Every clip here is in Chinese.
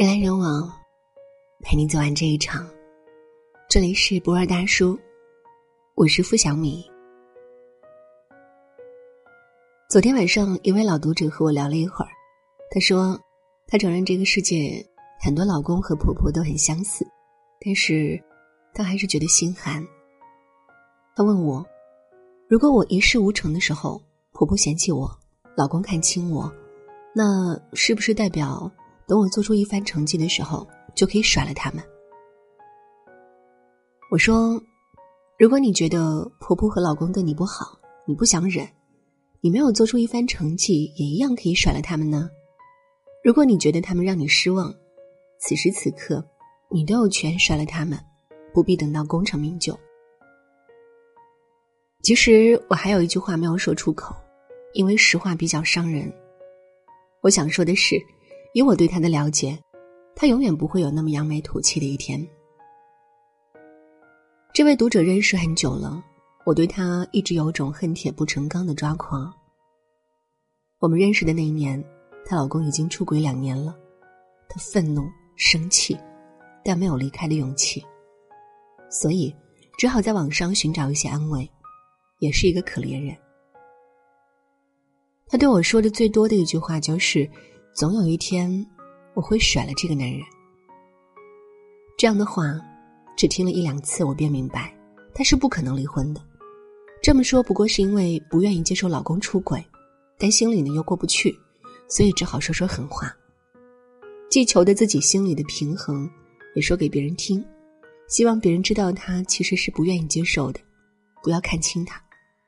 人来人往，陪你走完这一场。这里是不二大叔，我是付小米。昨天晚上一位老读者和我聊了一会儿，他说他承认这个世界很多老公和婆婆都很相似，但是他还是觉得心寒。他问我，如果我一事无成的时候，婆婆嫌弃我，老公看轻我，那是不是代表等我做出一番成绩的时候就可以甩了他们？我说，如果你觉得婆婆和老公对你不好，你不想忍，你没有做出一番成绩也一样可以甩了他们呢。如果你觉得他们让你失望，此时此刻你都有权甩了他们，不必等到功成名就。其实我还有一句话没有说出口，因为实话比较伤人。我想说的是，以我对他的了解，他永远不会有那么扬眉吐气的一天。这位读者认识很久了，我对他一直有种恨铁不成钢的抓狂。我们认识的那一年，她老公已经出轨2年了，她愤怒生气，但没有离开的勇气，所以只好在网上寻找一些安慰，也是一个可怜人。他对我说的最多的一句话就是，总有一天我会甩了这个男人。这样的话只听了1-2次，我便明白他是不可能离婚的。这么说不过是因为不愿意接受老公出轨，但心里呢又过不去，所以只好说说狠话，既求得自己心里的平衡，也说给别人听，希望别人知道他其实是不愿意接受的，不要看轻他。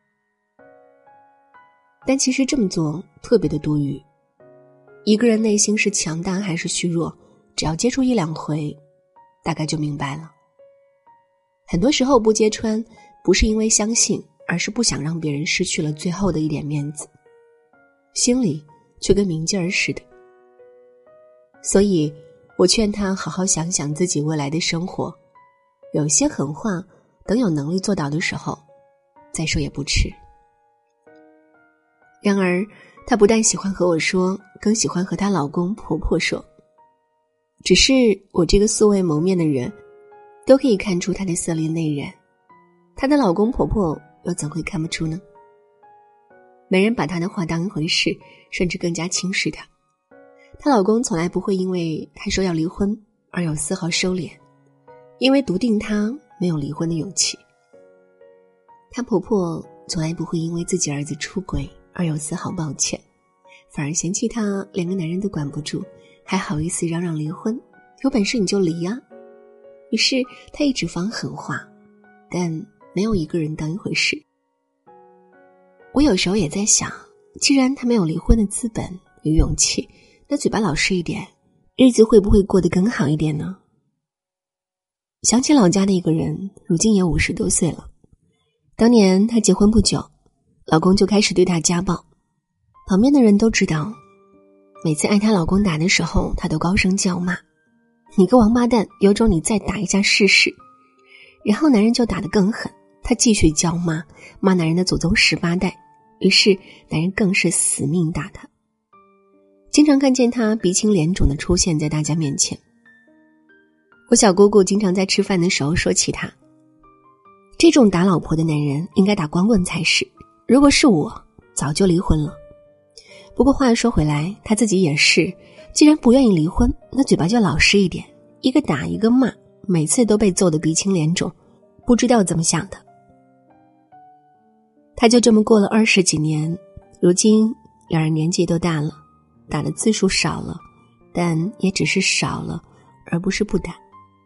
但其实这么做特别的多余，一个人内心是强大还是虚弱，只要接触1-2回，大概就明白了。很多时候不揭穿，不是因为相信，而是不想让别人失去了最后的一点面子，心里却跟明镜儿似的。所以我劝他好好想想自己未来的生活，有些狠话等有能力做到的时候再说也不迟。然而她不但喜欢和我说，更喜欢和她老公婆婆说。只是我这个素未谋面的人都可以看出她的色厉内荏，她的老公婆婆又怎会看不出呢？没人把她的话当一回事，甚至更加轻视她。她老公从来不会因为她说要离婚而有丝毫收敛，因为笃定她没有离婚的勇气。她婆婆从来不会因为自己儿子出轨而有丝毫抱歉，反而嫌弃她连个男人都管不住，还好意思嚷嚷离婚，有本事你就离啊。于是她一直放狠话，但没有一个人当一回事。我有时候也在想，既然她没有离婚的资本与勇气，那嘴巴老实一点，日子会不会过得更好一点呢？想起老家的一个人，如今也50多岁了。当年她结婚不久，老公就开始对她家暴，旁边的人都知道，每次挨她老公打的时候，她都高声叫骂，你个王八蛋，有种你再打一下试试。然后男人就打得更狠，她继续叫骂，骂男人的祖宗18代，于是男人更是死命打她。经常看见她鼻青脸肿地出现在大家面前。我小姑姑经常在吃饭的时候说起她，这种打老婆的男人应该打光棍才是，如果是我早就离婚了。不过话说回来，她自己也是，既然不愿意离婚，那嘴巴就老实一点，一个打一个骂，每次都被揍得鼻青脸肿，不知道怎么想的。她就这么过了20几年，如今两人年纪都大了，打的次数少了，但也只是少了，而不是不打。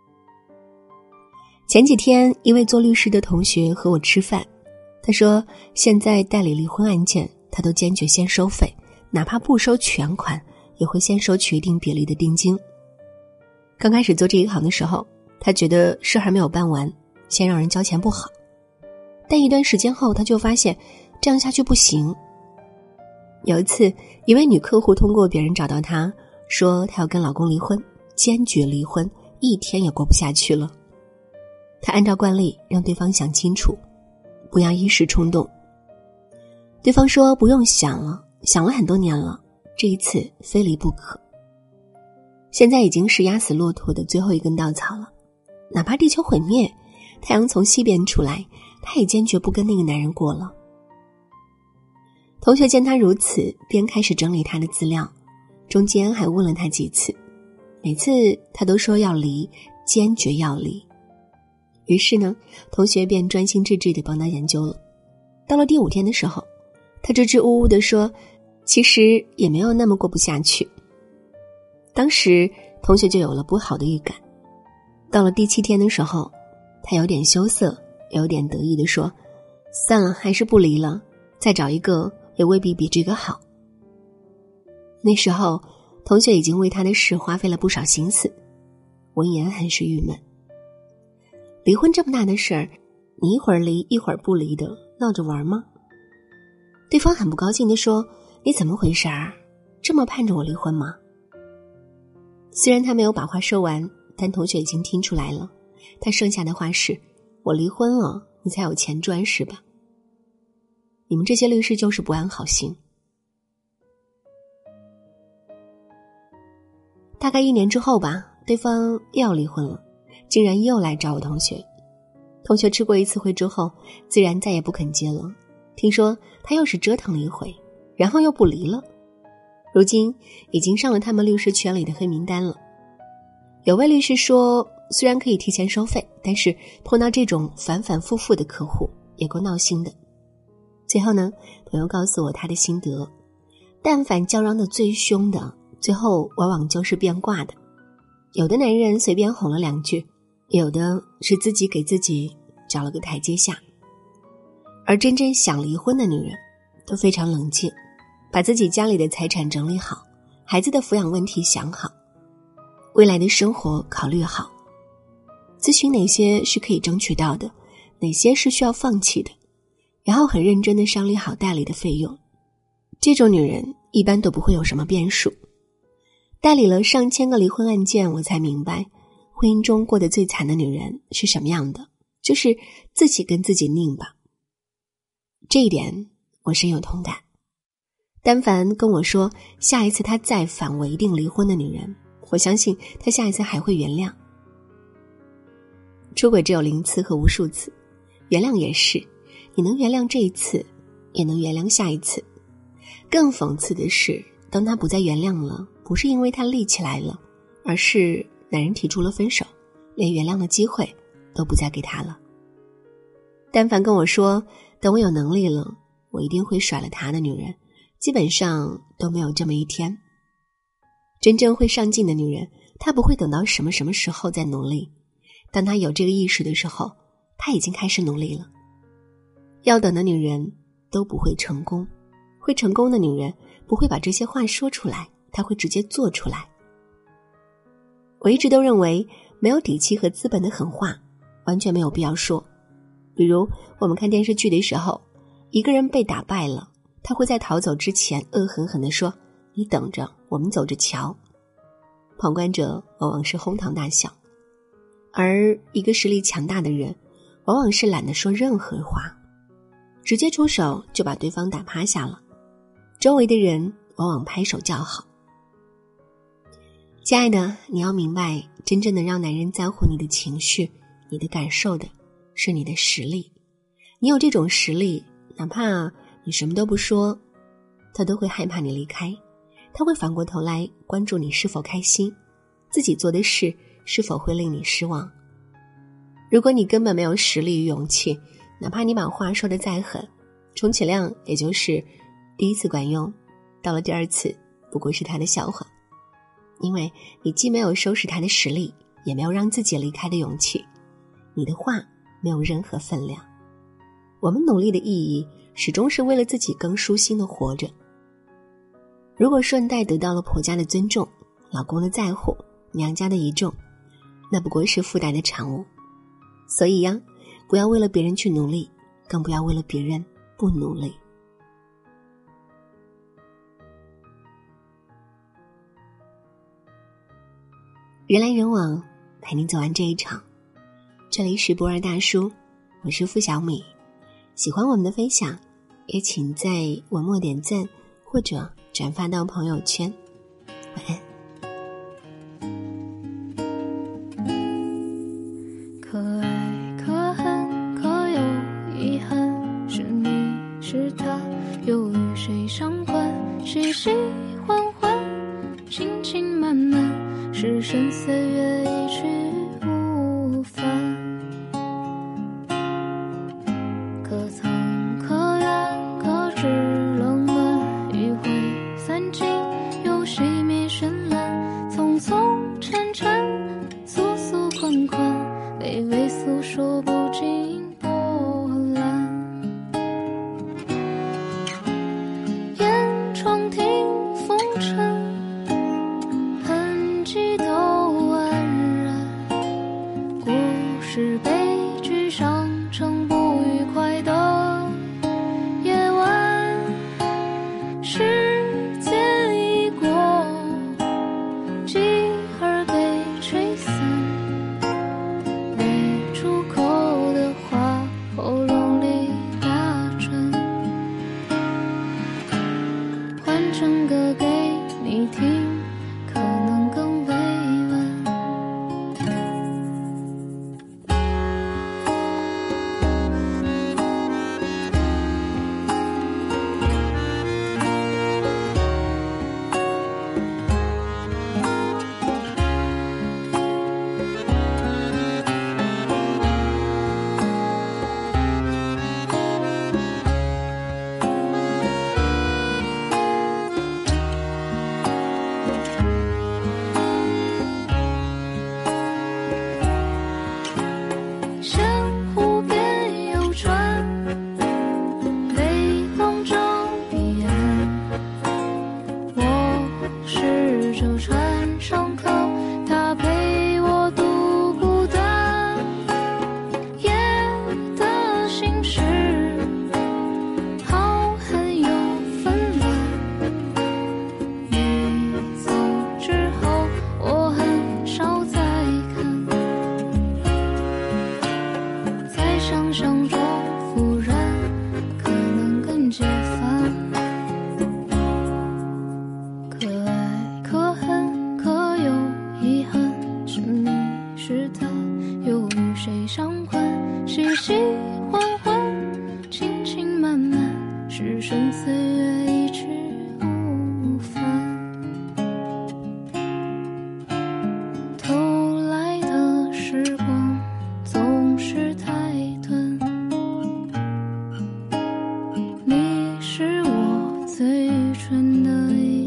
前几天一位做律师的同学和我吃饭，他说现在代理离婚案件他都坚决先收费，哪怕不收全款也会先收取一定比例的定金。刚开始做这一行的时候，他觉得事还没有办完，先让人交钱不好，但一段时间后他就发现这样下去不行。有一次一位女客户通过别人找到他，说她要跟老公离婚，坚决离婚，1天也过不下去了。他按照惯例让对方想清楚，不要一时冲动。对方说不用想了，想了很多年了，这一次非离不可。 现在已经是压死骆驼的最后一根稻草了，哪怕地球毁灭，太阳从西边出来，他也坚决不跟那个男人过了。同学见他如此，便开始整理他的资料，中间还问了他几次，每次他都说要离，坚决要离。于是呢，同学便专心致志地帮他研究了。到了第5天的时候，他支支吾吾地说，其实也没有那么过不下去。当时同学就有了不好的预感。到了第7天的时候，他有点羞涩，有点得意地说，算了，还是不离了，再找一个也未必比这个好。那时候同学已经为他的事花费了不少心思，闻言很是郁闷。离婚这么大的事儿，你一会儿离一会儿不离的，闹着玩吗？对方很不高兴地说，你怎么回事儿？这么盼着我离婚吗？虽然他没有把话说完，但同学已经听出来了，他剩下的话是，我离婚了，你才有钱赚是吧？你们这些律师就是不安好心。大概1年之后吧，对方又要离婚了，竟然又来找我同学。同学吃过一次灰之后，自然再也不肯接了。听说他又是折腾了一回，然后又不离了。如今已经上了他们律师圈里的黑名单了。有位律师说，虽然可以提前收费，但是碰到这种反反复复的客户也够闹心的。最后呢，朋友告诉我他的心得，但凡叫嚷的最凶的，最后往往就是变卦的。有的男人随便哄了2句，有的是自己给自己找了个台阶下。而真正想离婚的女人都非常冷静，把自己家里的财产整理好，孩子的抚养问题想好，未来的生活考虑好，咨询哪些是可以争取到的，哪些是需要放弃的，然后很认真地商量好代理的费用。这种女人一般都不会有什么变数。代理了上千个离婚案件，我才明白婚姻中过得最惨的女人是什么样的，就是自己跟自己拧巴。这一点我深有同感。但凡跟我说下一次她再反我一定离婚的女人，我相信她下一次还会原谅。出轨只有0次和无数次，原谅也是，你能原谅这一次，也能原谅下一次。更讽刺的是，当他不再原谅了，不是因为他立起来了，而是男人提出了分手，连原谅的机会都不再给他了。但凡跟我说等我有能力了，我一定会甩了他的女人，基本上都没有这么一天。真正会上进的女人，她不会等到什么时候再努力，当她有这个意识的时候，她已经开始努力了。要等的女人都不会成功，会成功的女人不会把这些话说出来，她会直接做出来。我一直都认为，没有底气和资本的狠话完全没有必要说。比如我们看电视剧的时候，一个人被打败了，他会在逃走之前恶狠狠地说，你等着，我们走着瞧。旁观者往往是哄堂大笑，而一个实力强大的人往往是懒得说任何话，直接出手就把对方打趴下了，周围的人往往拍手叫好。亲爱的，你要明白，真正的让男人在乎你的情绪，你的感受的是你的实力。你有这种实力，哪怕你什么都不说，他都会害怕你离开，他会反过头来关注你是否开心，自己做的事是否会令你失望。如果你根本没有实力与勇气，哪怕你把话说得再狠，充其量也就是第1次管用，到了第2次不过是他的笑话。因为你既没有收拾他的实力，也没有让自己离开的勇气，你的话没有任何分量。我们努力的意义始终是为了自己更舒心的活着。如果顺带得到了婆家的尊重，老公的在乎，娘家的倚重，那不过是附带的产物。所以呀，不要为了别人去努力，更不要为了别人不努力。人来人往，陪你走完这一场。这里是博尔大叔，我是付小米。喜欢我们的分享，也请在文末点赞或者转发到朋友圈。晚安。 谁相关，细细缓缓，轻轻慢慢，时辰岁月一去无返。可曾可远可知冷暖，一回散尽又熄灭绚烂，匆匆沉沉，速速款款，微微诉说不尽波澜。窗听风尘，痕迹都黯然。故事悲剧上成不愉快的夜晚，时间已过，继而被吹散。没出口的话，喉咙里打转。换成歌给你听，可能更委婉。细细缓缓，轻轻慢慢，时辰岁月一去无返。偷来的时光总是太短，你是我最愚蠢的一